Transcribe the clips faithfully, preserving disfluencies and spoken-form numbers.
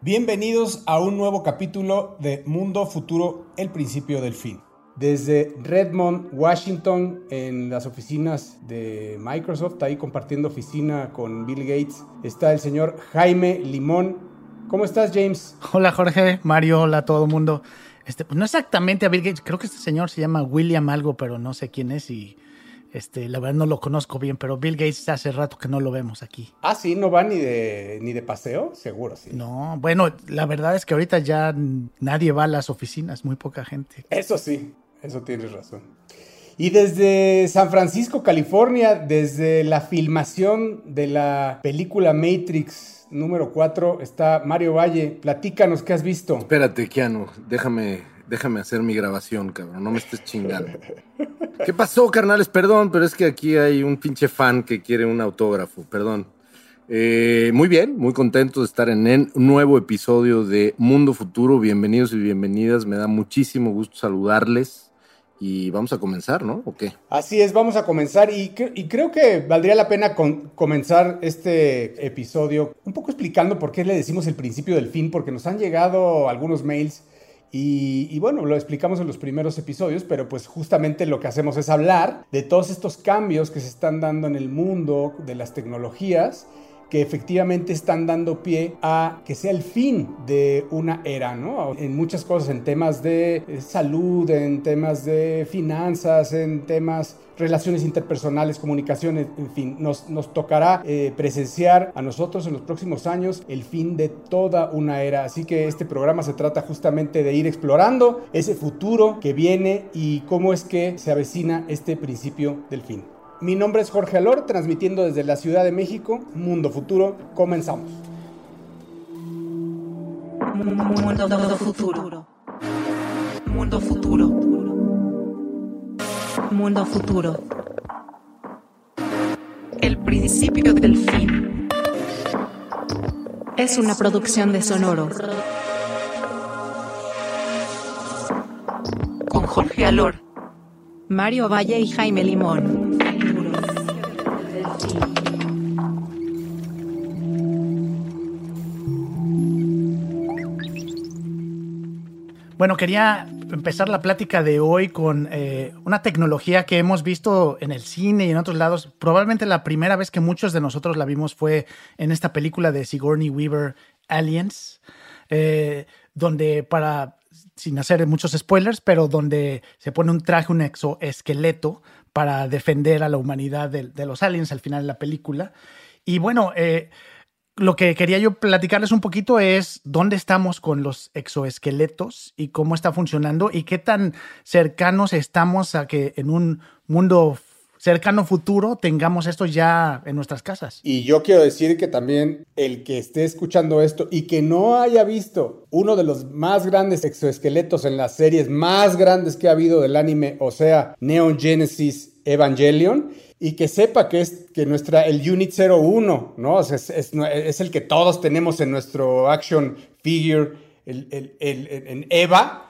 Bienvenidos a un nuevo capítulo de Mundo Futuro, el principio del fin. Desde Redmond, Washington, en las oficinas de Microsoft, ahí compartiendo oficina con Bill Gates, está el señor Jaime Limón. ¿Cómo estás, James? Hola, Jorge, Mario, hola a todo el mundo. Este, pues no exactamente a Bill Gates, creo que este señor se llama William algo, pero no sé quién es y este, la verdad no lo conozco bien, pero Bill Gates hace rato que no lo vemos aquí. Ah, sí, ¿no va ni de, ni de paseo? Seguro, sí. No, bueno, la verdad es que ahorita ya nadie va a las oficinas, muy poca gente. Eso sí, eso tienes razón. Y desde San Francisco, California, desde la filmación de la película Matrix número cuatro, está Mario Valle. Platícanos, ¿qué has visto? Espérate, Keanu, déjame, déjame hacer mi grabación, cabrón, no me estés chingando. ¿Qué pasó, carnales? Perdón, pero es que aquí hay un pinche fan que quiere un autógrafo, perdón. Eh, muy bien, muy contento de estar en un nuevo episodio de Mundo Futuro. Bienvenidos y bienvenidas, me da muchísimo gusto saludarles. Y vamos a comenzar, ¿no? ¿O qué? Así es, vamos a comenzar y, y creo que valdría la pena con, comenzar este episodio un poco explicando por qué le decimos el principio del fin, porque nos han llegado algunos mails y, y bueno, lo explicamos en los primeros episodios, pero pues justamente lo que hacemos es hablar de todos estos cambios que se están dando en el mundo de las tecnologías, que efectivamente están dando pie a que sea el fin de una era, ¿no? En muchas cosas, en temas de salud, en temas de finanzas, en temas relaciones interpersonales, comunicaciones, en fin, nos, nos tocará eh, presenciar a nosotros en los próximos años el fin de toda una era. Así que este programa se trata justamente de ir explorando ese futuro que viene y cómo es que se avecina este principio del fin. Mi nombre es Jorge Alor, transmitiendo desde la Ciudad de México, Mundo Futuro. Comenzamos. Mundo Futuro. Mundo Futuro. Mundo Futuro. El principio del fin. Es una producción de Sonoro. Con Jorge Alor, Mario Valle y Jaime Limón. Bueno, quería empezar la plática de hoy con eh, una tecnología que hemos visto en el cine y en otros lados. Probablemente la primera vez que muchos de nosotros la vimos fue en esta película de Sigourney Weaver, Aliens, eh, donde para, sin hacer muchos spoilers, pero donde se pone un traje, un exoesqueleto para defender a la humanidad de, de los aliens al final de la película. Y bueno, eh, lo que quería yo platicarles un poquito es dónde estamos con los exoesqueletos y cómo está funcionando y qué tan cercanos estamos a que en un mundo cercano futuro tengamos esto ya en nuestras casas. Y yo quiero decir que también el que esté escuchando esto y que no haya visto uno de los más grandes exoesqueletos en las series más grandes que ha habido del anime, o sea, Neon Genesis Evangelion, y que sepa que es que nuestra, el Unit cero uno, ¿no? O sea, es, es, es el que todos tenemos en nuestro action figure, el, el, el, el, en Eva.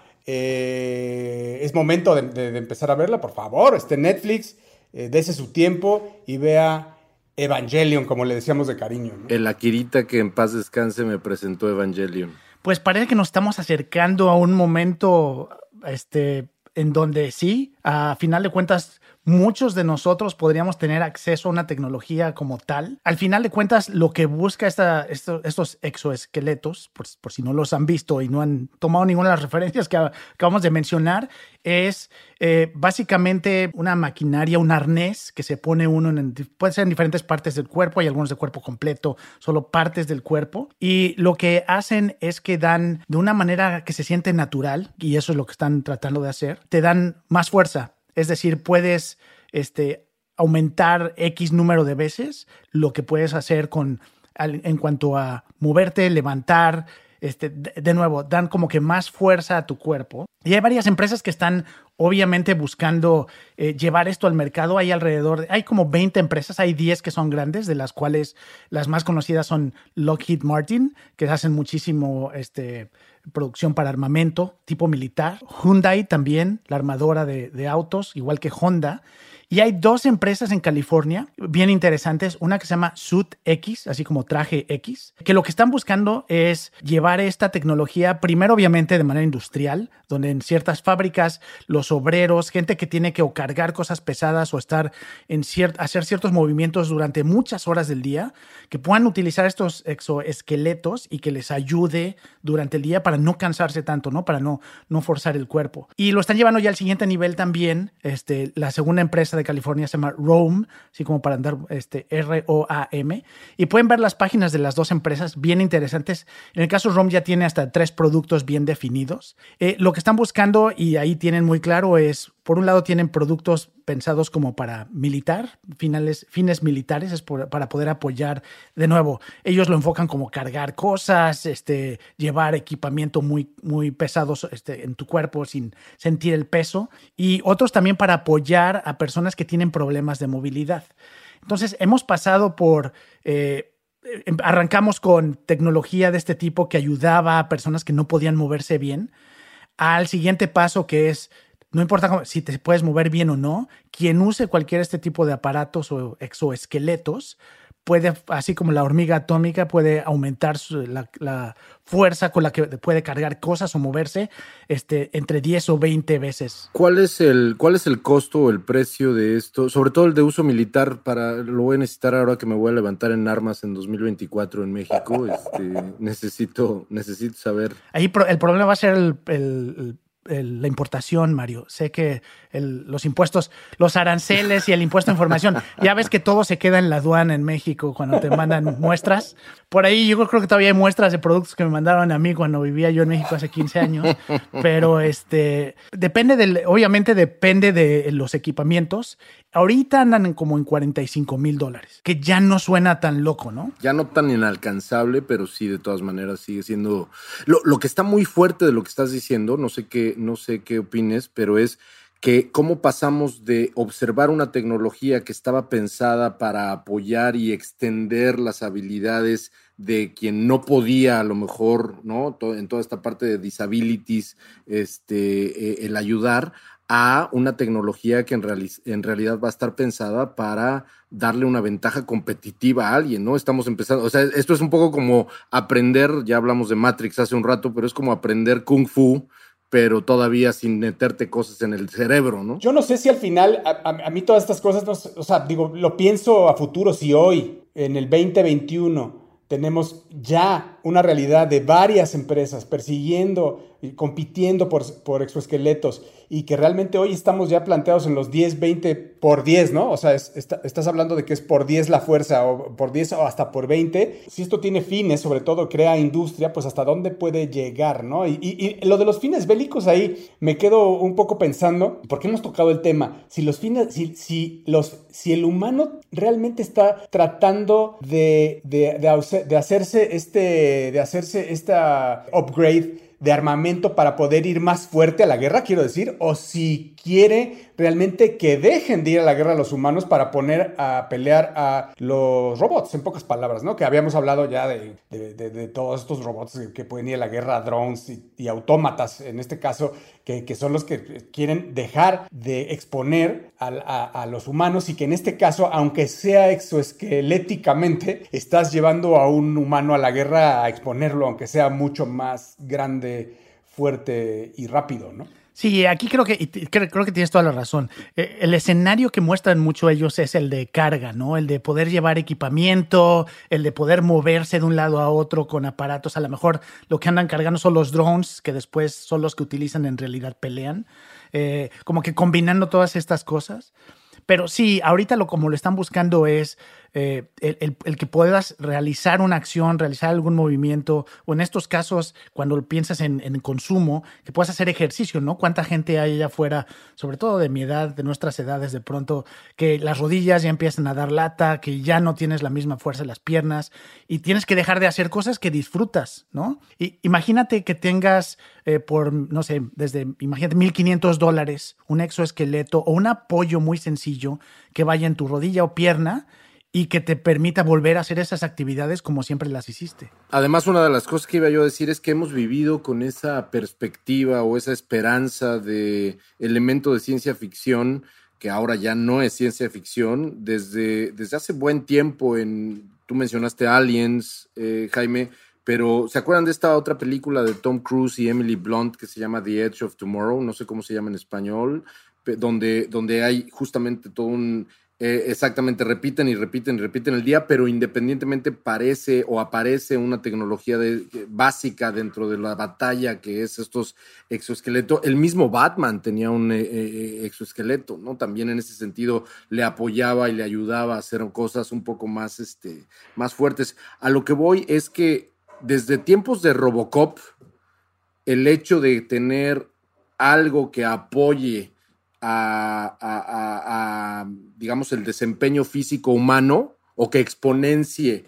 Eh, es momento de, de, de empezar a verla, por favor. Esté en Netflix, eh, dese su tiempo y vea Evangelion, como le decíamos de cariño, ¿no? El Akirita que en paz descanse me presentó Evangelion. Pues parece que nos estamos acercando a un momento este, en donde sí, a final de cuentas, muchos de nosotros podríamos tener acceso a una tecnología como tal. Al final de cuentas, lo que busca esta, esto, estos exoesqueletos, por, por si no los han visto y no han tomado ninguna de las referencias que acabamos de mencionar, es eh, básicamente una maquinaria, un arnés que se pone uno en, puede ser en diferentes partes del cuerpo, hay algunos de cuerpo completo, solo partes del cuerpo, y lo que hacen es que dan de una manera que se siente natural, y eso es lo que están tratando de hacer, te dan más fuerza. Es decir, puedes este, aumentar X número de veces lo que puedes hacer con, en cuanto a moverte, levantar. Este, de, de nuevo, dan como que más fuerza a tu cuerpo. Y hay varias empresas que están obviamente buscando eh, llevar esto al mercado. Hay alrededor, de, hay como veinte empresas, hay diez que son grandes, de las cuales las más conocidas son Lockheed Martin, que hacen muchísimo este, producción para armamento tipo militar. Hyundai también, la armadora de, de autos, igual que Honda. Y hay dos empresas en California bien interesantes, una que se llama Suit X, así como traje X, que lo que están buscando es llevar esta tecnología, primero obviamente de manera industrial, donde en ciertas fábricas los obreros, gente que tiene que o cargar cosas pesadas o estar en cier- hacer ciertos movimientos durante muchas horas del día, que puedan utilizar estos exoesqueletos y que les ayude durante el día para no cansarse tanto, ¿no? Para no, no forzar el cuerpo. Y lo están llevando ya al siguiente nivel también. Este, la segunda empresa de California se llama Roam, así como para andar este, R O A M. Y pueden ver las páginas de las dos empresas, bien interesantes. En el caso Roam ya tiene hasta tres productos bien definidos. Eh, lo que están buscando, y ahí tienen muy claro, es, por un lado tienen productos pensados como para militar, finales, fines militares, es por, para poder apoyar, de nuevo, ellos lo enfocan como cargar cosas, este, llevar equipamiento muy, muy pesado este, en tu cuerpo sin sentir el peso, y otros también para apoyar a personas que tienen problemas de movilidad. Entonces, hemos pasado por... Eh, arrancamos con tecnología de este tipo que ayudaba a personas que no podían moverse bien, al siguiente paso que es, no importa si te puedes mover bien o no, quien use cualquier este tipo de aparatos o exoesqueletos puede, así como la hormiga atómica, puede aumentar su, la, la fuerza con la que puede cargar cosas o moverse este, entre diez o veinte veces. ¿Cuál es el, cuál es el costo o el precio de esto? Sobre todo el de uso militar, para, lo voy a necesitar ahora que me voy a levantar en armas en dos mil veinticuatro en México. Este, necesito, necesito saber. Ahí el problema va a ser el, el, el El, la importación, Mario. Sé que el, los impuestos, los aranceles y el impuesto de información, ya ves que todo se queda en la aduana en México cuando te mandan muestras. Por ahí yo creo que todavía hay muestras de productos que me mandaron a mí cuando vivía yo en México hace quince años, pero este, depende del, obviamente depende de los equipamientos. Ahorita andan en como en cuarenta y cinco mil dólares, que ya no suena tan loco, ¿no? Ya no tan inalcanzable, pero sí, de todas maneras sigue siendo... Lo, lo que está muy fuerte de lo que estás diciendo, no sé qué, no sé qué opines, pero es que cómo pasamos de observar una tecnología que estaba pensada para apoyar y extender las habilidades de quien no podía, a lo mejor, ¿no? En toda esta parte de disabilities, este, eh, el ayudar a una tecnología que en, reali- en realidad va a estar pensada para darle una ventaja competitiva a alguien, ¿no? Estamos empezando, o sea, esto es un poco como aprender, ya hablamos de Matrix hace un rato, pero es como aprender Kung Fu, pero todavía sin meterte cosas en el cerebro, ¿no? Yo no sé si al final, a, a, a mí todas estas cosas, no, o sea, digo, lo pienso a futuro, si hoy, en el veinte veintiuno, tenemos ya una realidad de varias empresas persiguiendo y compitiendo por, por exoesqueletos y que realmente hoy estamos ya planteados en los diez, veinte por diez, ¿no? O sea, es, está, estás hablando de que es por diez la fuerza o por diez o hasta por veinte. Si esto tiene fines, sobre todo crea industria, pues hasta dónde puede llegar, ¿no? Y, y, y lo de los fines bélicos ahí me quedo un poco pensando, ¿por qué hemos tocado el tema? Si los fines, si, si, los, si el humano realmente está tratando de, de, de, de hacerse este, de hacerse esta upgrade de armamento para poder ir más fuerte a la guerra, quiero decir, o si quiere realmente que dejen de ir a la guerra a los humanos para poner a pelear a los robots, en pocas palabras, ¿no? Que habíamos hablado ya de, de, de, de todos estos robots que, que pueden ir a la guerra, drones y, y autómatas, en este caso, que, que son los que quieren dejar de exponer a, a, a los humanos y que en este caso, aunque sea exoesqueléticamente, estás llevando a un humano a la guerra a exponerlo, aunque sea mucho más grande, fuerte y rápido, ¿no? Sí, aquí creo que, creo, creo que tienes toda la razón. El escenario que muestran mucho ellos es el de carga, ¿no? El de poder llevar equipamiento, el de poder moverse de un lado a otro con aparatos. A lo mejor lo que andan cargando son los drones, que después son los que utilizan en realidad pelean. Eh, como que combinando todas estas cosas. Pero sí, ahorita lo como lo están buscando es eh, el, el, el que puedas realizar una acción, realizar algún movimiento, o en estos casos, cuando piensas en, en consumo, que puedas hacer ejercicio, ¿no? ¿Cuánta gente hay allá afuera, sobre todo de mi edad, de nuestras edades, de pronto, que las rodillas ya empiezan a dar lata, que ya no tienes la misma fuerza en las piernas y tienes que dejar de hacer cosas que disfrutas, ¿no? Y imagínate que tengas eh, por, no sé, desde, imagínate, mil quinientos dólares, un exoesqueleto o un apoyo muy sencillo que vaya en tu rodilla o pierna y que te permita volver a hacer esas actividades como siempre las hiciste. Además, una de las cosas que iba yo a decir es que hemos vivido con esa perspectiva o esa esperanza de elemento de ciencia ficción que ahora ya no es ciencia ficción, desde, desde hace buen tiempo en, tú mencionaste Aliens, eh, Jaime, pero ¿se acuerdan de esta otra película de Tom Cruise y Emily Blunt que se llama The Edge of Tomorrow? No sé cómo se llama en español, donde, donde hay justamente todo un... Eh, exactamente, repiten y repiten y repiten el día, pero independientemente parece o aparece una tecnología de, básica dentro de la batalla que es estos exoesqueletos. El mismo Batman tenía un eh, eh, exoesqueleto, ¿no? También en ese sentido le apoyaba y le ayudaba a hacer cosas un poco más, este, más fuertes. A lo que voy es que desde tiempos de Robocop, el hecho de tener algo que apoye A, a, a, a, digamos, el desempeño físico humano o que exponencie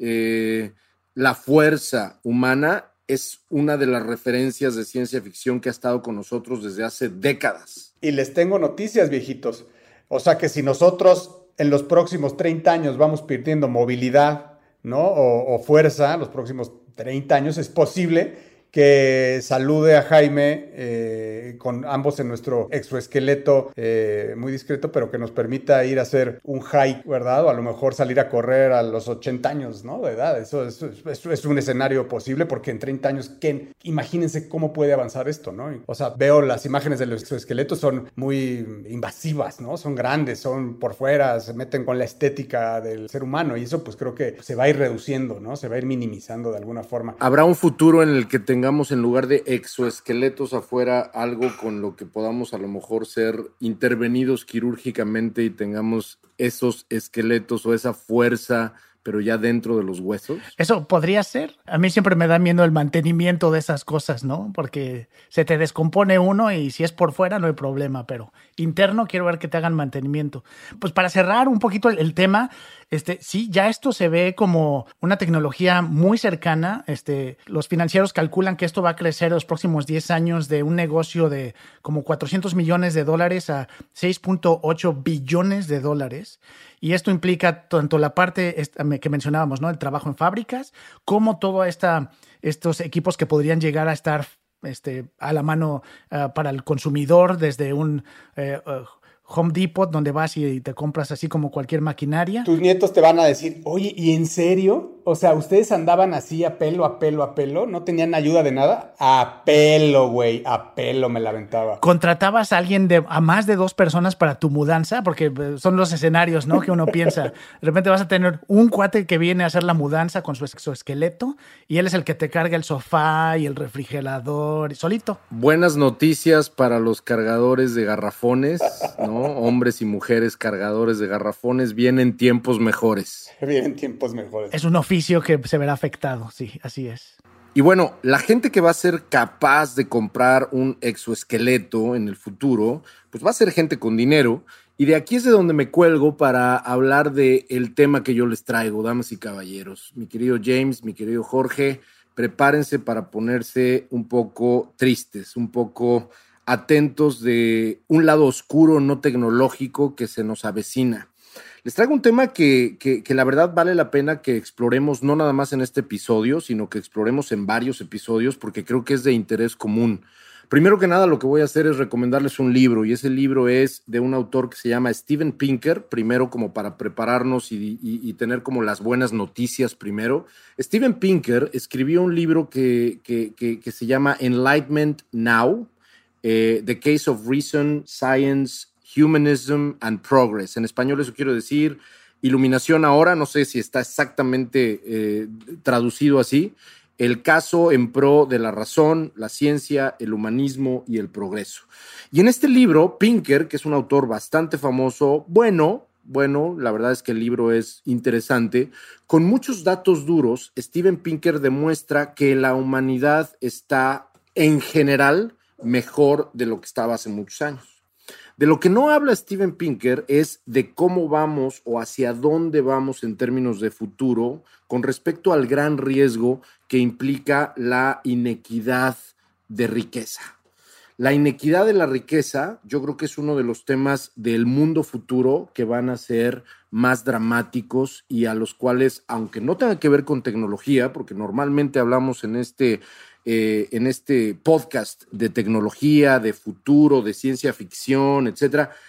eh, la fuerza humana es una de las referencias de ciencia ficción que ha estado con nosotros desde hace décadas. Y les tengo noticias, viejitos. O sea que si nosotros en los próximos treinta años vamos perdiendo movilidad, ¿no? O, o fuerza, los próximos treinta años, es posible que salude a Jaime eh, con ambos en nuestro exoesqueleto eh, muy discreto, pero que nos permita ir a hacer un hike, ¿verdad? O a lo mejor salir a correr a los ochenta años, ¿no? De edad. Eso es, eso es un escenario posible porque en treinta años, ¿qué? Imagínense cómo puede avanzar esto, ¿no? O sea, veo las imágenes de los exoesqueletos, son muy invasivas, ¿no? Son grandes, son por fuera, se meten con la estética del ser humano y eso pues creo que se va a ir reduciendo, ¿no? Se va a ir minimizando de alguna forma. ¿Habrá un futuro en el que tengamos en lugar de exoesqueletos afuera algo con lo que podamos a lo mejor ser intervenidos quirúrgicamente y tengamos esos esqueletos o esa fuerza, pero ya dentro de los huesos? Eso podría ser. A mí siempre me da miedo el mantenimiento de esas cosas, ¿no? Porque se te descompone uno y si es por fuera no hay problema, pero interno quiero ver que te hagan mantenimiento. Pues para cerrar un poquito el, el tema, este, sí, ya esto se ve como una tecnología muy cercana. Este, los financieros calculan que esto va a crecer en los próximos diez años de un negocio de como cuatrocientos millones de dólares a seis punto ocho billones de dólares. Y esto implica tanto la parte que mencionábamos, ¿no? El trabajo en fábricas, como todos estos equipos que podrían llegar a estar este, a la mano uh, para el consumidor desde un uh, uh, Home Depot, donde vas y te compras así como cualquier maquinaria. Tus nietos te van a decir, oye, ¿y en serio? O sea, ¿ustedes andaban así a pelo, a pelo, a pelo? ¿No tenían ayuda de nada? A pelo, güey, a pelo me la aventaba. ¿Contratabas a alguien de a más de dos personas para tu mudanza? Porque son los escenarios, ¿no? Que uno piensa. De repente vas a tener un cuate que viene a hacer la mudanza con su exoesqueleto y él es el que te carga el sofá y el refrigerador solito. Buenas noticias para los cargadores de garrafones, ¿no? Hombres y mujeres cargadores de garrafones, vienen tiempos mejores. Vienen tiempos mejores. Es un oficio que se verá afectado, sí, así es. Y bueno, la gente que va a ser capaz de comprar un exoesqueleto en el futuro, pues va a ser gente con dinero. Y de aquí es de donde me cuelgo para hablar del tema que yo les traigo, damas y caballeros. Mi querido James, mi querido Jorge, prepárense para ponerse un poco tristes, un poco atentos de un lado oscuro no tecnológico que se nos avecina. Les traigo un tema que, que, que la verdad vale la pena que exploremos no nada más en este episodio, sino que exploremos en varios episodios porque creo que es de interés común. Primero que nada, lo que voy a hacer es recomendarles un libro y ese libro es de un autor que se llama Steven Pinker, primero como para prepararnos y, y, y tener como las buenas noticias primero. Steven Pinker escribió un libro que, que, que, que se llama Enlightenment Now, eh, The Case of Reason, Science, Humanism and Progress. En español eso quiero decir iluminación ahora, no sé si está exactamente eh, traducido así, el caso en pro de la razón, la ciencia, el humanismo y el progreso. Y en este libro, Pinker, que es un autor bastante famoso, bueno, bueno, la verdad es que el libro es interesante, con muchos datos duros, Steven Pinker demuestra que la humanidad está en general mejor de lo que estaba hace muchos años. De lo que no habla Steven Pinker es de cómo vamos o hacia dónde vamos en términos de futuro con respecto al gran riesgo que implica la inequidad de riqueza. La inequidad de la riqueza yo creo que es uno de los temas del mundo futuro que van a ser más dramáticos y a los cuales, aunque no tenga que ver con tecnología, porque normalmente hablamos en este Eh, en este podcast de tecnología, de futuro, de ciencia ficción, etcétera,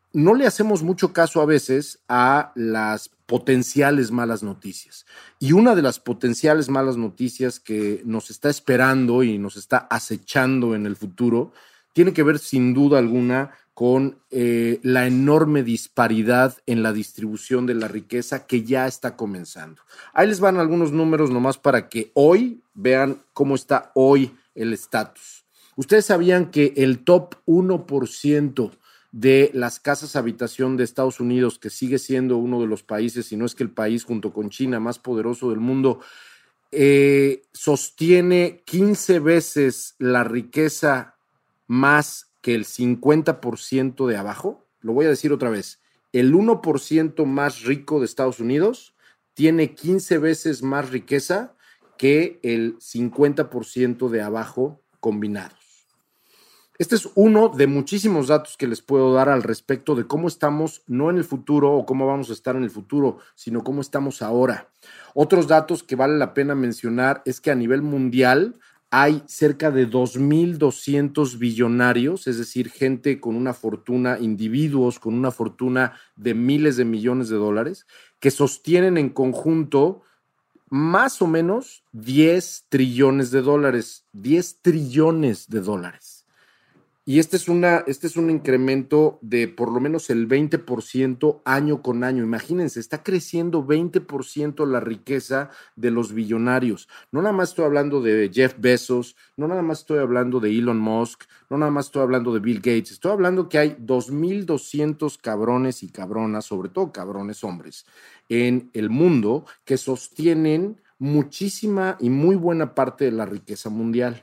no le hacemos mucho caso a veces a las potenciales malas noticias. Y una de las potenciales malas noticias que nos está esperando y nos está acechando en el futuro tiene que ver sin duda alguna con eh, la enorme disparidad en la distribución de la riqueza que ya está comenzando. Ahí les van algunos números nomás para que hoy vean cómo está hoy el estatus. Ustedes sabían que el top uno por ciento de las casas habitación de Estados Unidos, que sigue siendo uno de los países, si no es que el país junto con China más poderoso del mundo, eh, sostiene quince veces la riqueza más que el cincuenta por ciento de abajo. Lo voy a decir otra vez. El uno por ciento más rico de Estados Unidos tiene quince veces más riqueza que el cincuenta por ciento de abajo combinados. Este es uno de muchísimos datos que les puedo dar al respecto de cómo estamos, no en el futuro o cómo vamos a estar en el futuro, sino cómo estamos ahora. Otros datos que vale la pena mencionar es que a nivel mundial hay cerca de dos mil doscientos billonarios, es decir, gente con una fortuna, individuos con una fortuna de miles de millones de dólares, que sostienen en conjunto más o menos diez trillones de dólares, diez trillones de dólares. Y este es, una, este es un incremento de por lo menos el veinte por ciento año con año. Imagínense, está creciendo veinte por ciento la riqueza de los billonarios. No nada más estoy hablando de Jeff Bezos, no nada más estoy hablando de Elon Musk, no nada más estoy hablando de Bill Gates. Estoy hablando que hay dos mil doscientos cabrones y cabronas, sobre todo cabrones hombres, en el mundo que sostienen muchísima y muy buena parte de la riqueza mundial.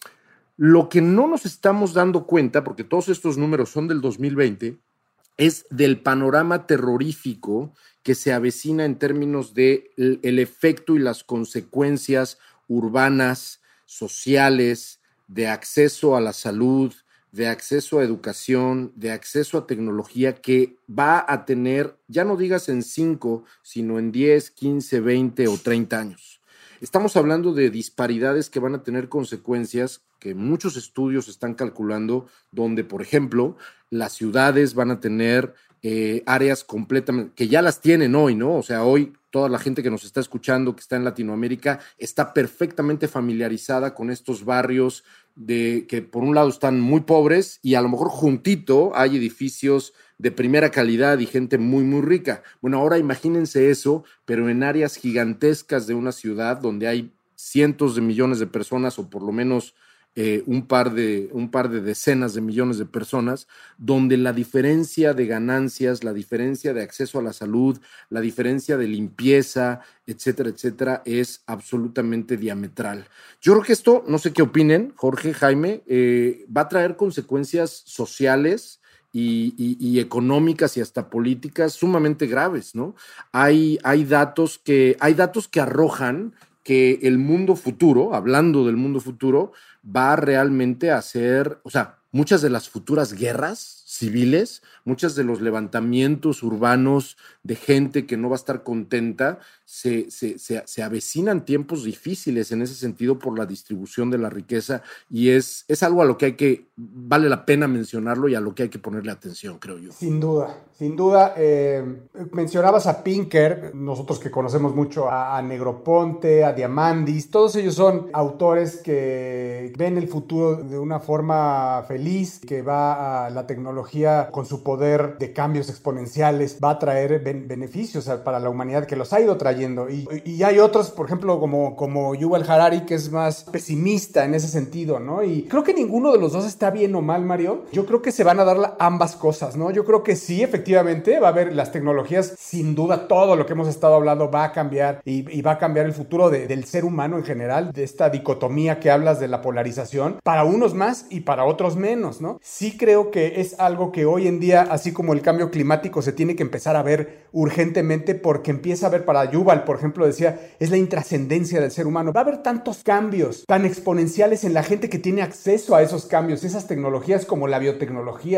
Lo que no nos estamos dando cuenta, porque todos estos números son del dos mil veinte, es del panorama terrorífico que se avecina en términos de el, el efecto y las consecuencias urbanas, sociales, de acceso a la salud, de acceso a educación, de acceso a tecnología que va a tener, ya no digas en cinco, sino en diez, quince, veinte o treinta años. Estamos hablando de disparidades que van a tener consecuencias que muchos estudios están calculando, donde, por ejemplo, las ciudades van a tener eh, áreas completamente, que ya las tienen hoy, ¿no? O sea, hoy toda la gente que nos está escuchando, que está en Latinoamérica, está perfectamente familiarizada con estos barrios de que por un lado están muy pobres y a lo mejor juntito hay edificios de primera calidad y gente muy, muy rica. Bueno, ahora imagínense eso, pero en áreas gigantescas de una ciudad donde hay cientos de millones de personas o por lo menos eh, un par de, un par de decenas de millones de personas, donde la diferencia de ganancias, la diferencia de acceso a la salud, la diferencia de limpieza, etcétera, etcétera, es absolutamente diametral. Yo creo que esto, no sé qué opinen, Jorge, Jaime, eh, va a traer consecuencias sociales Y, y, y económicas y hasta políticas sumamente graves, ¿no? Hay, hay, datos que, hay datos que arrojan que el mundo futuro, hablando del mundo futuro, va realmente a ser, o sea, muchas de las futuras guerras civiles, muchos de los levantamientos urbanos de gente que no va a estar contenta, se, se, se, se avecinan tiempos difíciles en ese sentido por la distribución de la riqueza y es, es algo a lo que hay que, vale la pena mencionarlo y a lo que hay que ponerle atención, creo yo. Sin duda, sin duda. Eh, mencionabas a Pinker, nosotros que conocemos mucho a, a Negroponte, a Diamandis, todos ellos son autores que ven el futuro de una forma feliz, que va a la tecnología con su poder de cambios exponenciales, va a traer ben- beneficios para la humanidad, que los ha ido trayendo. Y, y hay otros, por ejemplo, como, como Yuval Harari, que es más pesimista en ese sentido, ¿no? Y creo que ninguno de los dos está bien o mal, Mario. Yo creo que se van a dar ambas cosas, ¿no? Yo creo que sí, efectivamente, va a haber las tecnologías, sin duda, todo lo que hemos estado hablando va a cambiar y, y va a cambiar el futuro de, del ser humano en general, de esta dicotomía que hablas de la polarización, para unos más y para otros menos, ¿no? Sí creo que es algo que hoy en día, así como el cambio climático, se tiene que empezar a ver urgentemente, porque empieza a haber, para Yuval, por ejemplo, decía, es la intrascendencia del ser humano. Va a haber tantos cambios tan exponenciales en la gente que tiene acceso a esos cambios, esas tecnologías como la biotecnología,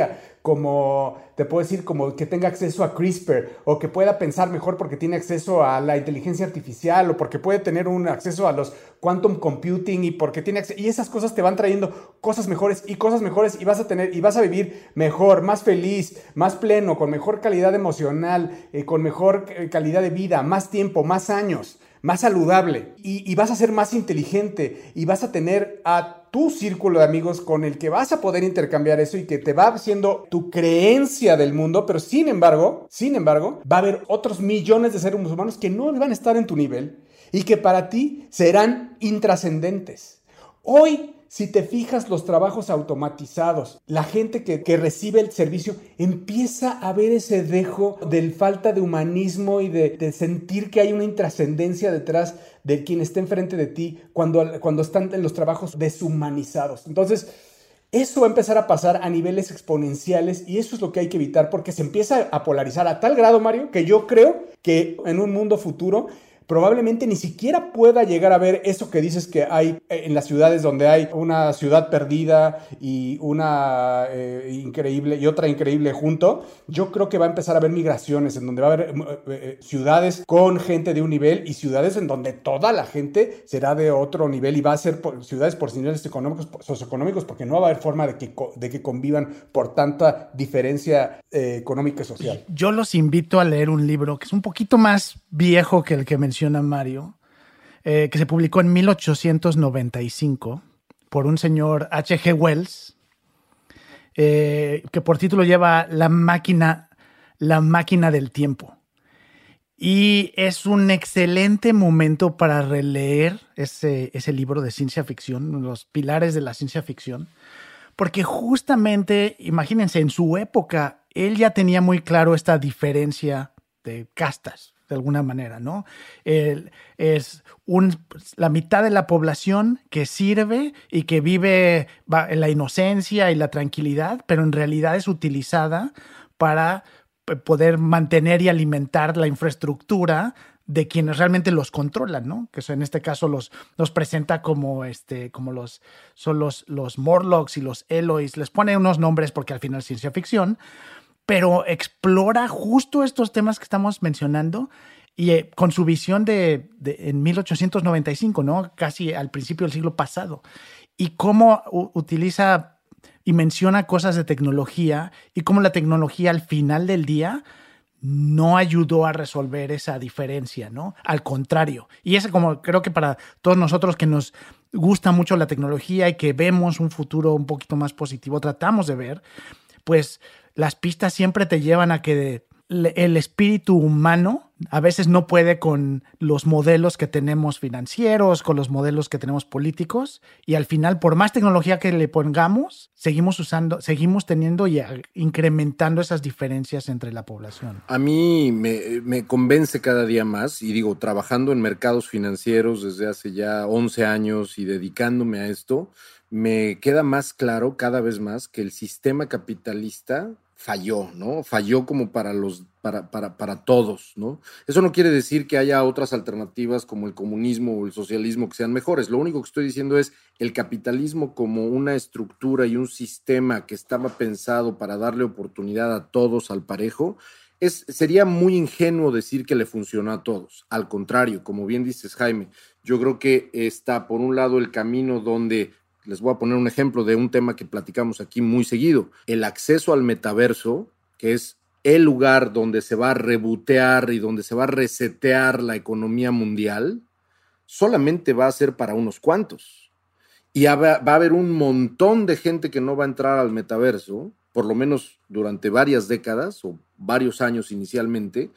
como, te puedo decir, como que tenga acceso a CRISPR, o que pueda pensar mejor porque tiene acceso a la inteligencia artificial, o porque puede tener un acceso a los quantum computing, y porque tiene acceso, y esas cosas te van trayendo cosas mejores y cosas mejores, y vas a tener, y vas a vivir mejor, más feliz, más pleno, con mejor calidad emocional, eh, con mejor eh, calidad de vida, más tiempo, más años, más saludable, y, y vas a ser más inteligente, y vas a tener a tu círculo de amigos con el que vas a poder intercambiar eso y que te va haciendo tu creencia del mundo. Pero sin embargo, sin embargo, va a haber otros millones de seres humanos que no van a estar en tu nivel y que para ti serán intrascendentes. Hoy, si te fijas, los trabajos automatizados, la gente que, que recibe el servicio, empieza a ver ese dejo de falta de humanismo y de, de sentir que hay una intrascendencia detrás de quien está enfrente de ti cuando, cuando están en los trabajos deshumanizados. Entonces, eso va a empezar a pasar a niveles exponenciales, y eso es lo que hay que evitar, porque se empieza a polarizar a tal grado, Mario, que yo creo que en un mundo futuro probablemente ni siquiera pueda llegar a ver eso que dices que hay en las ciudades, donde hay una ciudad perdida y una eh, increíble y otra increíble junto. Yo creo que va a empezar a haber migraciones en donde va a haber eh, eh, ciudades con gente de un nivel y ciudades en donde toda la gente será de otro nivel, y va a ser por, ciudades por niveles económicos, socioeconómicos, porque no va a haber forma de que, de que convivan por tanta diferencia eh, económica y social. Yo los invito a leer un libro que es un poquito más viejo que el que mencioné Mario, eh, que se publicó en mil ochocientos noventa y cinco por un señor H G Wells, eh, que por título lleva La máquina, la máquina del tiempo. Y es un excelente momento para releer ese, ese libro de ciencia ficción, los pilares de la ciencia ficción, porque justamente, imagínense, en su época, él ya tenía muy claro esta diferencia de castas, de alguna manera, ¿no? El, es un, la mitad de la población que sirve y que vive en la inocencia y la tranquilidad, pero en realidad es utilizada para poder mantener y alimentar la infraestructura de quienes realmente los controlan, ¿no? Que en este caso los, los presenta como, este, como los, son los, los Morlocks y los Eloys. Les pone unos nombres porque al final es ciencia ficción, pero explora justo estos temas que estamos mencionando, y eh, con su visión de, de en mil ochocientos noventa y cinco, ¿no? Casi al principio del siglo pasado, y cómo u- utiliza y menciona cosas de tecnología, y cómo la tecnología al final del día no ayudó a resolver esa diferencia, ¿no? Al contrario. Y es como, creo que para todos nosotros que nos gusta mucho la tecnología y que vemos un futuro un poquito más positivo, tratamos de ver, pues las pistas siempre te llevan a que el espíritu humano a veces no puede con los modelos que tenemos financieros, con los modelos que tenemos políticos, y al final, por más tecnología que le pongamos, seguimos usando, seguimos teniendo y incrementando esas diferencias entre la población. A mí me, me convence cada día más, y digo, trabajando en mercados financieros desde hace ya once años y dedicándome a esto, me queda más claro cada vez más que el sistema capitalista falló, ¿no? Falló como para los, para, para, para todos, ¿no? Eso no quiere decir que haya otras alternativas como el comunismo o el socialismo que sean mejores. Lo único que estoy diciendo es el capitalismo como una estructura y un sistema que estaba pensado para darle oportunidad a todos al parejo. Es, sería muy ingenuo decir que le funcionó a todos. Al contrario, como bien dices, Jaime, yo creo que está por un lado el camino donde... Les voy a poner un ejemplo de un tema que platicamos aquí muy seguido. El acceso al metaverso, que es el lugar donde se va a rebotear y donde se va a resetear la economía mundial, solamente va a ser para unos cuantos. Y va a haber un montón de gente que no va a entrar al metaverso, por lo menos durante varias décadas o varios años inicialmente,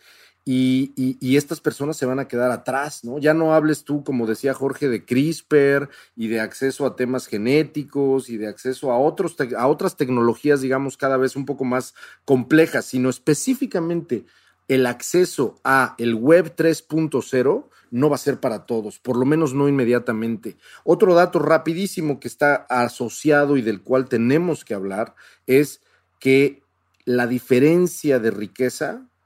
Y, y, y estas personas se van a quedar atrás, ¿no? Ya no hables tú, como decía Jorge, de CRISPR y de acceso a temas genéticos y de acceso a, otros te- a otras tecnologías, digamos, cada vez un poco más complejas, sino específicamente el acceso a el web tres punto cero no va a ser para todos, por lo menos no inmediatamente. Otro dato rapidísimo que está asociado y del cual tenemos que hablar es que la diferencia de riqueza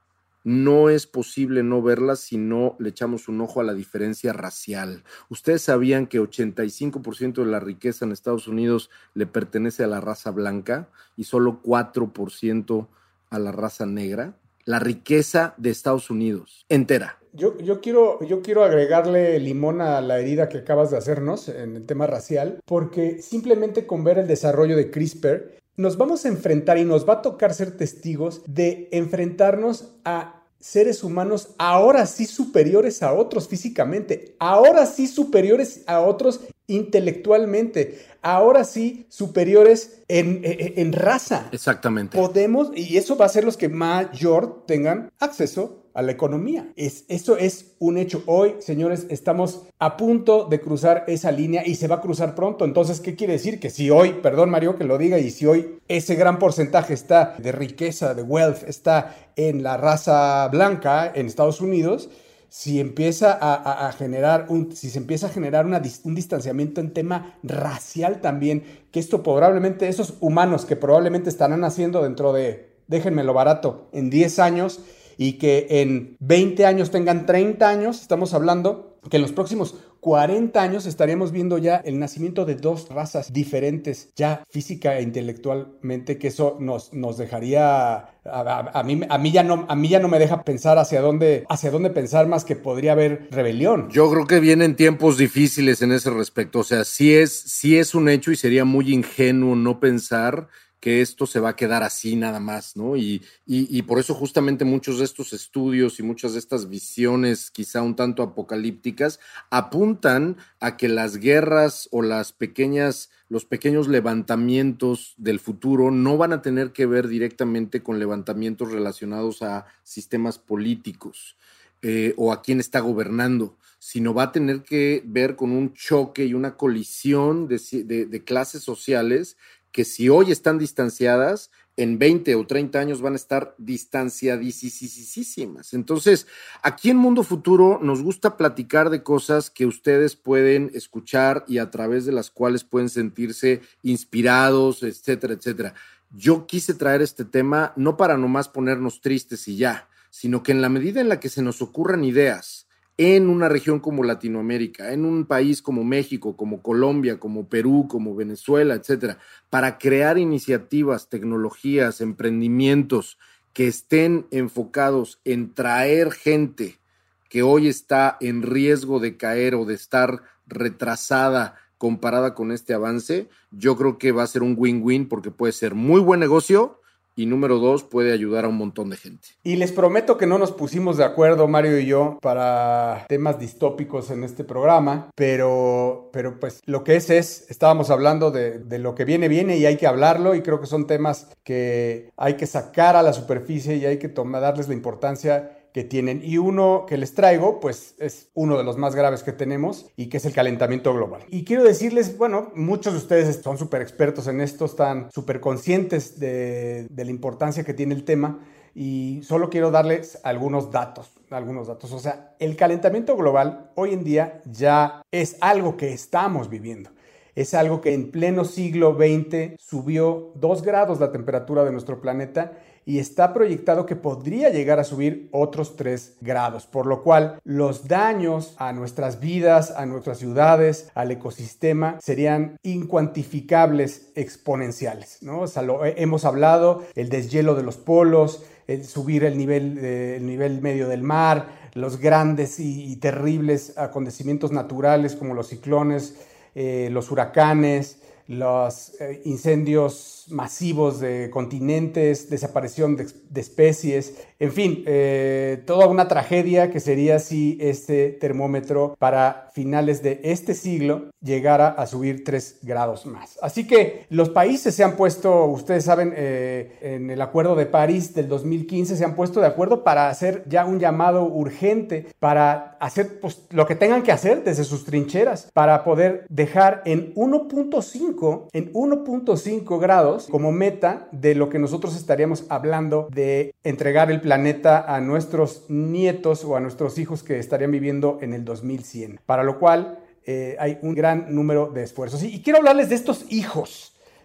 no es posible no verlas si no le echamos un ojo a la diferencia racial. ¿Ustedes sabían que ochenta y cinco por ciento de la riqueza en Estados Unidos le pertenece a la raza blanca y solo cuatro por ciento a la raza negra? La riqueza de Estados Unidos entera. Yo, yo, quiero, yo quiero agregarle limón a la herida que acabas de hacernos en el tema racial, porque simplemente con ver el desarrollo de CRISPR, nos vamos a enfrentar y nos va a tocar ser testigos de enfrentarnos a seres humanos ahora sí superiores a otros físicamente, ahora sí superiores a otros intelectualmente, ahora sí superiores en, en, en raza. Exactamente. Podemos, y eso va a ser los que mayor tengan acceso a la economía. Es, eso es un hecho. Hoy, señores, estamos a punto de cruzar esa línea y se va a cruzar pronto. Entonces, ¿qué quiere decir? Que si hoy, perdón Mario que lo diga, y si hoy ese gran porcentaje está de riqueza, de wealth, está en la raza blanca en Estados Unidos, si empieza a, a, a generar un, si se empieza a generar una, un distanciamiento en tema racial también, que esto probablemente, esos humanos que probablemente estarán haciendo dentro de, déjenmelo barato, en diez años, y que en veinte años tengan treinta años, estamos hablando que en los próximos cuarenta años estaríamos viendo ya el nacimiento de dos razas diferentes, ya física e intelectualmente, que eso nos, nos dejaría, a, a, a, mí, a, mí ya no, a mí ya no me deja pensar hacia dónde, hacia dónde pensar más que podría haber rebelión. Yo creo que vienen tiempos difíciles en ese respecto, o sea, sí es, sí es un hecho y sería muy ingenuo no pensar que esto se va a quedar así nada más, ¿no? Y, y, y por eso justamente muchos de estos estudios y muchas de estas visiones quizá un tanto apocalípticas apuntan a que las guerras o las pequeñas, los pequeños levantamientos del futuro no van a tener que ver directamente con levantamientos relacionados a sistemas políticos eh, o a quién está gobernando, sino va a tener que ver con un choque y una colisión de, de, de clases sociales que si hoy están distanciadas, en veinte o treinta años van a estar distanciadísimas. Entonces, aquí en Mundo Futuro nos gusta platicar de cosas que ustedes pueden escuchar y a través de las cuales pueden sentirse inspirados, etcétera, etcétera. Yo quise traer este tema no para nomás ponernos tristes y ya, sino que en la medida en la que se nos ocurran ideas en una región como Latinoamérica, en un país como México, como Colombia, como Perú, como Venezuela, etcétera, para crear iniciativas, tecnologías, emprendimientos que estén enfocados en traer gente que hoy está en riesgo de caer o de estar retrasada comparada con este avance, yo creo que va a ser un win-win porque puede ser muy buen negocio. Y número dos, puede ayudar a un montón de gente. Y les prometo que no nos pusimos de acuerdo, Mario y yo, para temas distópicos en este programa, pero, pero pues lo que es es, estábamos hablando de, de lo que viene, viene y hay que hablarlo y creo que son temas que hay que sacar a la superficie y hay que tomar, darles la importancia que tienen. Y uno que les traigo, pues es uno de los más graves que tenemos y que es el calentamiento global. Y quiero decirles, bueno, muchos de ustedes son súper expertos en esto, están súper conscientes de, de la importancia que tiene el tema y solo quiero darles algunos datos, algunos datos. O sea, el calentamiento global hoy en día ya es algo que estamos viviendo. Es algo que en pleno siglo veinte subió dos grados la temperatura de nuestro planeta y está proyectado que podría llegar a subir otros tres grados, por lo cual los daños a nuestras vidas, a nuestras ciudades, al ecosistema serían incuantificables, exponenciales, ¿no? O sea, lo hemos hablado, el deshielo de los polos, el subir el nivel, eh, el nivel medio del mar, los grandes y, y terribles acontecimientos naturales como los ciclones, eh, los huracanes, los eh, incendios masivos de continentes, desaparición de, de especies, en fin, eh, toda una tragedia que sería si este termómetro para finales de este siglo llegara a subir tres grados más. Así que los países se han puesto, ustedes saben, eh, en el Acuerdo de París del dos mil quince se han puesto de acuerdo para hacer ya un llamado urgente, para hacer pues, lo que tengan que hacer desde sus trincheras, para poder dejar en uno punto cinco, en uno punto cinco grados como meta de lo que nosotros estaríamos hablando de entregar el planeta a nuestros nietos o a nuestros hijos que estarían viviendo en el dos mil cien, para lo cual eh, hay un gran número de esfuerzos. Y, y quiero hablarles de estos hijos,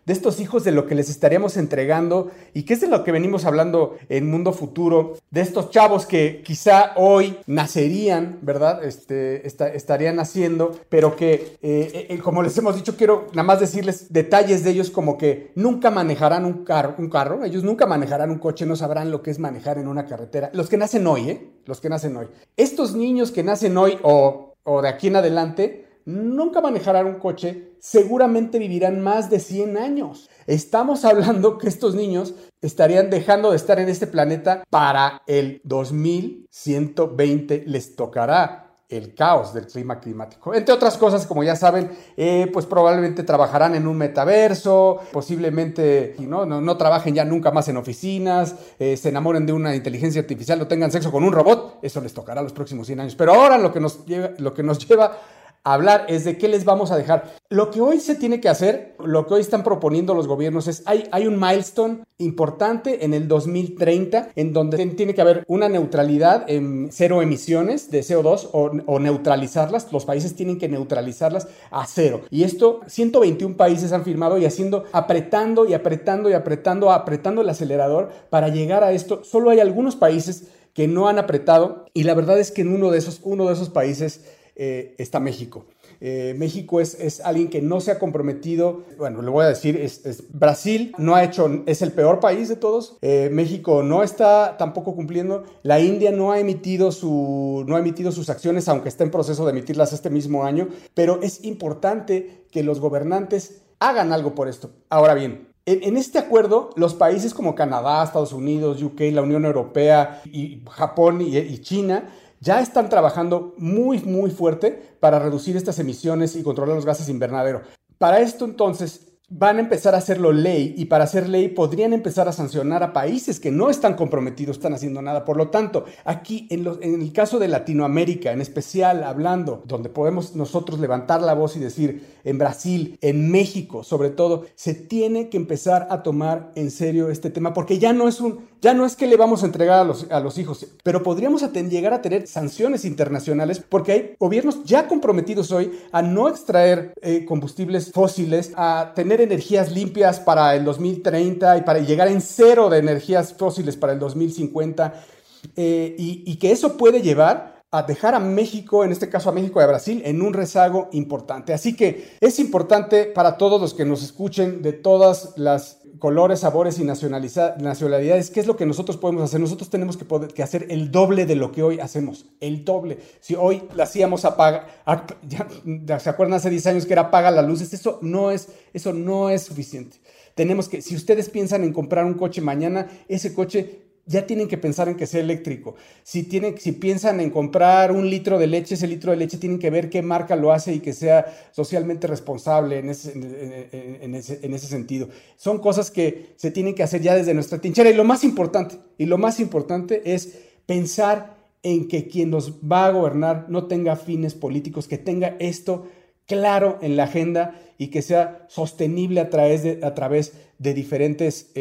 de estos hijos de lo que les estaríamos entregando y que es de lo que venimos hablando en Mundo Futuro, de estos chavos que quizá hoy nacerían, ¿verdad? Este, esta, estarían naciendo, pero que, eh, eh, como les hemos dicho, quiero nada más decirles detalles de ellos como que nunca manejarán un carro, un carro, ellos nunca manejarán un coche, no sabrán lo que es manejar en una carretera. Los que nacen hoy, ¿eh? Los que nacen hoy. Estos niños que nacen hoy o, o de aquí en adelante, nunca manejarán un coche, seguramente vivirán más de cien años. Estamos hablando que estos niños estarían dejando de estar en este planeta para el dos mil ciento veinte, les tocará el caos del clima climático. Entre otras cosas, como ya saben, eh, pues probablemente trabajarán en un metaverso, posiblemente no, no, no trabajen ya nunca más en oficinas, eh, se enamoren de una inteligencia artificial o tengan sexo con un robot. Eso les tocará los próximos cien años. Pero ahora lo que nos lleva, lo que nos lleva hablar es de qué les vamos a dejar. Lo que hoy se tiene que hacer, lo que hoy están proponiendo los gobiernos es, hay, hay un milestone importante en el dos mil treinta en donde tiene que haber una neutralidad en cero emisiones de C O dos o, o neutralizarlas. Los países tienen que neutralizarlas a cero. Y esto ciento veintiún países han firmado y haciendo, apretando y apretando y apretando, apretando el acelerador para llegar a esto. Solo hay algunos países que no han apretado y la verdad es que en uno de esos, uno de esos países Eh, está México. Eh, México es, es alguien que no se ha comprometido, bueno, le voy a decir, es, es Brasil no ha hecho, es el peor país de todos, eh, México no está tampoco cumpliendo, la India no ha emitido su, no ha emitido sus acciones, aunque está en proceso de emitirlas este mismo año, pero es importante que los gobernantes hagan algo por esto. Ahora bien, En, en este acuerdo, los países como Canadá, Estados Unidos, U K, la Unión Europea, y Japón y, y China ya están trabajando muy, muy fuerte para reducir estas emisiones y controlar los gases invernadero. Para esto, entonces, van a empezar a hacerlo ley y para hacer ley podrían empezar a sancionar a países que no están comprometidos, están haciendo nada. Por lo tanto, aquí en, los, en el caso de Latinoamérica, en especial hablando, donde podemos nosotros levantar la voz y decir, en Brasil, en México, sobre todo, se tiene que empezar a tomar en serio este tema, porque ya no es un, ya no es que le vamos a entregar a los, a los hijos, pero podríamos a ten, llegar a tener sanciones internacionales, porque hay gobiernos ya comprometidos hoy a no extraer eh, combustibles fósiles, a tener energías limpias para el dos mil treinta y para llegar en cero de energías fósiles para el dos mil cincuenta, eh, y, y que eso puede llevar a dejar a México, en este caso a México y a Brasil, en un rezago importante. Así que es importante para todos los que nos escuchen de todas las colores, sabores y nacionalidades, ¿qué es lo que nosotros podemos hacer? Nosotros tenemos que, poder, que hacer el doble de lo que hoy hacemos, el doble. Si hoy la hacíamos apaga, ya, ya se acuerdan hace diez años que era apaga las luces, eso no es, eso no es suficiente. Tenemos que, si ustedes piensan en comprar un coche mañana, ese coche ya tienen que pensar en que sea eléctrico. Si, tienen, si piensan en comprar un litro de leche, ese litro de leche tienen que ver qué marca lo hace y que sea socialmente responsable en ese, en, en, en, ese, en ese sentido. Son cosas que se tienen que hacer ya desde nuestra trinchera. Y lo más importante, y lo más importante es pensar en que quien nos va a gobernar no tenga fines políticos, que tenga esto claro en la agenda y que sea sostenible a través de, a través de diferentes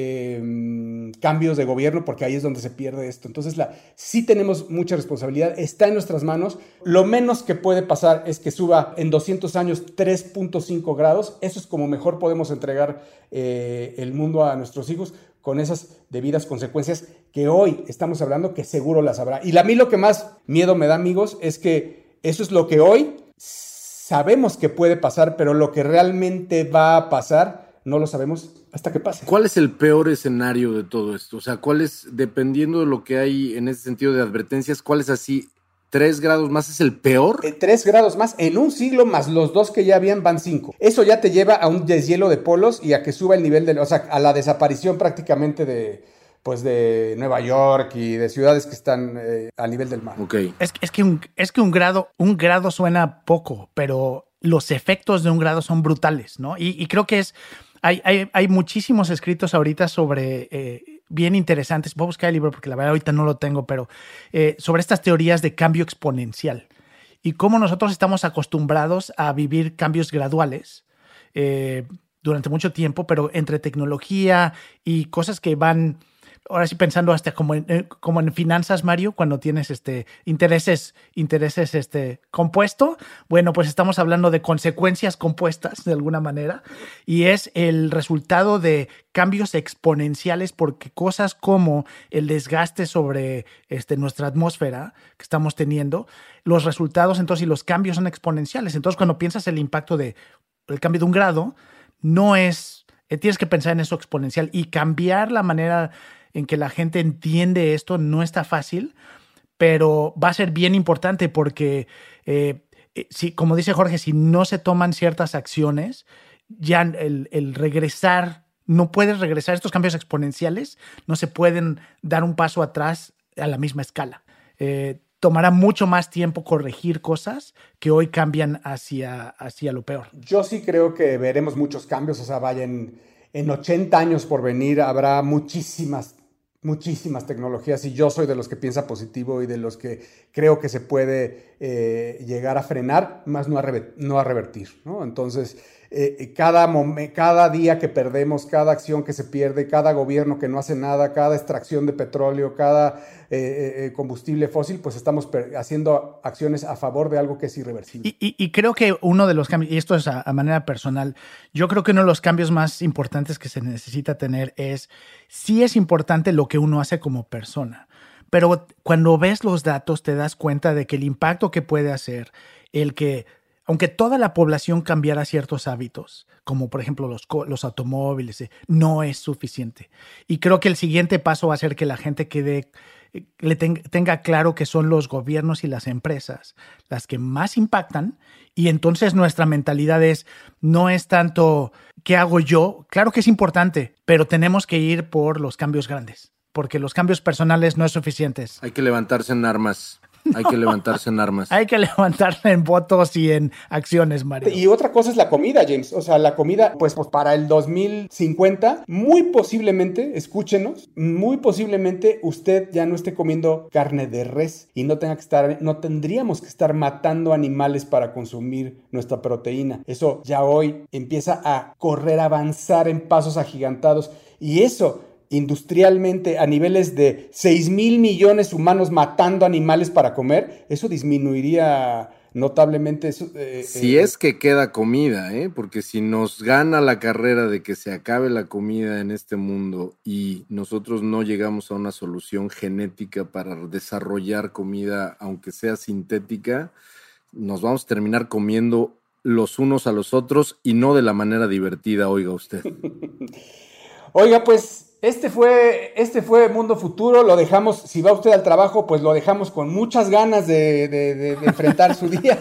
eh, cambios de gobierno, porque ahí es donde se pierde esto. Entonces, la, sí tenemos mucha responsabilidad, está en nuestras manos. Lo menos que puede pasar es que suba en doscientos años tres punto cinco grados. Eso es como mejor podemos entregar eh, el mundo a nuestros hijos, con esas debidas consecuencias que hoy estamos hablando, que seguro las habrá. Y a mí lo que más miedo me da, amigos, es que eso es lo que hoy sabemos que puede pasar, pero lo que realmente va a pasar no lo sabemos hasta que pase. ¿Cuál es el peor escenario de todo esto? O sea, ¿cuál es, dependiendo de lo que hay en ese sentido de advertencias, cuál es así, tres grados más es el peor? Eh, tres grados más en un siglo, más los dos que ya habían, van cinco. Eso ya te lleva a un deshielo de polos y a que suba el nivel de, o sea, a la desaparición prácticamente de, pues de Nueva York y de ciudades que están eh, a nivel del mar. Okay. Es, es que, un, es que un, grado, un grado suena poco, pero los efectos de un grado son brutales, ¿no? Y, y creo que es... Hay, hay, hay muchísimos escritos ahorita sobre, eh, bien interesantes, voy a buscar el libro porque la verdad ahorita no lo tengo, pero eh, sobre estas teorías de cambio exponencial y cómo nosotros estamos acostumbrados a vivir cambios graduales eh, durante mucho tiempo, pero entre tecnología y cosas que van... ahora sí pensando hasta como en, como en finanzas, Mario, cuando tienes este intereses, intereses este, compuesto, bueno, pues estamos hablando de consecuencias compuestas de alguna manera y es el resultado de cambios exponenciales porque cosas como el desgaste sobre este, nuestra atmósfera que estamos teniendo, los resultados entonces y los cambios son exponenciales. Entonces cuando piensas el impacto de el cambio de un grado, no es, eh, tienes que pensar en eso exponencial y cambiar la manera en que la gente entiende esto no está fácil, pero va a ser bien importante porque, eh, si, como dice Jorge, si no se toman ciertas acciones, ya el, el regresar, no puedes regresar, estos cambios exponenciales no se pueden dar un paso atrás a la misma escala. Eh, tomará mucho más tiempo corregir cosas que hoy cambian hacia, hacia lo peor. Yo sí creo que veremos muchos cambios, o sea, vaya, en, en ochenta años por venir habrá muchísimas muchísimas tecnologías y yo soy de los que piensa positivo y de los que creo que se puede eh, llegar a frenar, más no a, rever- no a revertir, ¿no? Entonces, eh, cada, mom- cada día que perdemos, cada acción que se pierde, cada gobierno que no hace nada, cada extracción de petróleo, cada eh, eh, combustible fósil, pues estamos per- haciendo acciones a favor de algo que es irreversible. Y, y, y creo que uno de los cambios, y esto es a, a manera personal, yo creo que uno de los cambios más importantes que se necesita tener es, sí es importante lo que uno hace como persona, pero cuando ves los datos te das cuenta de que el impacto que puede hacer el que, aunque toda la población cambiara ciertos hábitos, como por ejemplo los, los automóviles, eh, no es suficiente. Y creo que el siguiente paso va a ser que la gente quede, le ten, tenga claro que son los gobiernos y las empresas las que más impactan y entonces nuestra mentalidad es, no es tanto ¿qué hago yo? Claro que es importante, pero tenemos que ir por los cambios grandes, porque los cambios personales no es suficientes. Hay que levantarse en armas. Hay que levantarse en armas. Hay que levantarse en votos y en acciones, Mario. Y otra cosa es la comida, James. O sea, la comida, pues, pues para el dos mil cincuenta, muy posiblemente, escúchenos, muy posiblemente usted ya no esté comiendo carne de res y no tenga que estar, no tendríamos que estar matando animales para consumir nuestra proteína. Eso ya hoy empieza a correr, a avanzar en pasos agigantados. Y eso, industrialmente, a niveles de seis mil millones humanos matando animales para comer, eso disminuiría notablemente. Eso, eh, si eh, es que queda comida, ¿eh? Porque si nos gana la carrera de que se acabe la comida en este mundo y nosotros no llegamos a una solución genética para desarrollar comida, aunque sea sintética, nos vamos a terminar comiendo los unos a los otros y no de la manera divertida, oiga usted. Oiga, pues Este fue, este fue Mundo Futuro, lo dejamos, si va usted al trabajo, pues lo dejamos con muchas ganas de, de, de, de enfrentar su día.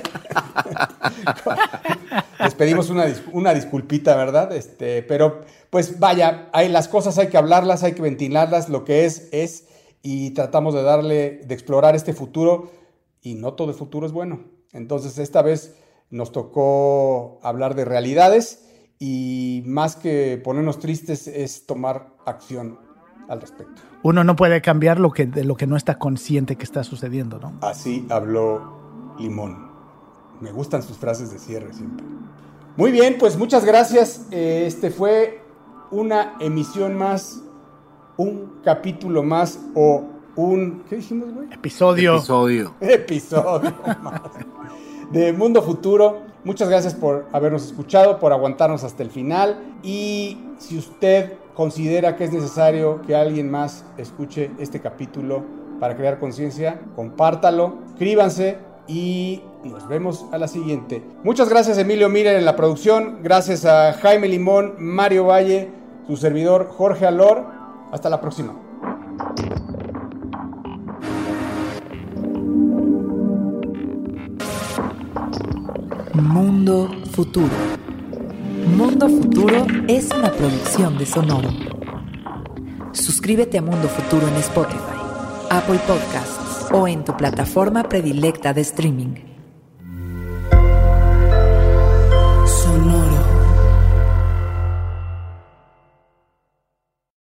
Les pedimos una, una disculpita, ¿verdad? Este, pero pues vaya, hay, las cosas hay que hablarlas, hay que ventilarlas, lo que es, es, y tratamos de darle, de explorar este futuro, y no todo el futuro es bueno. Entonces esta vez nos tocó hablar de realidades, y más que ponernos tristes es tomar acción al respecto. Uno no puede cambiar lo que, de lo que no está consciente que está sucediendo, ¿no? Así habló Limón. Me gustan sus frases de cierre siempre. Muy bien, pues muchas gracias. Este fue una emisión más, un capítulo más o un... ¿Qué dijimos, güey? Episodio. Episodio. Episodio más de Mundo Futuro. Muchas gracias por habernos escuchado, por aguantarnos hasta el final. Y si usted considera que es necesario que alguien más escuche este capítulo para crear conciencia, compártalo, suscríbanse y nos vemos a la siguiente. Muchas gracias, Emilio Miller en la producción. Gracias a Jaime Limón, Mario Valle, su servidor Jorge Alor. Hasta la próxima. Mundo Futuro. Mundo Futuro es una producción de Sonoro. Suscríbete a Mundo Futuro en Spotify, Apple Podcasts o en tu plataforma predilecta de streaming.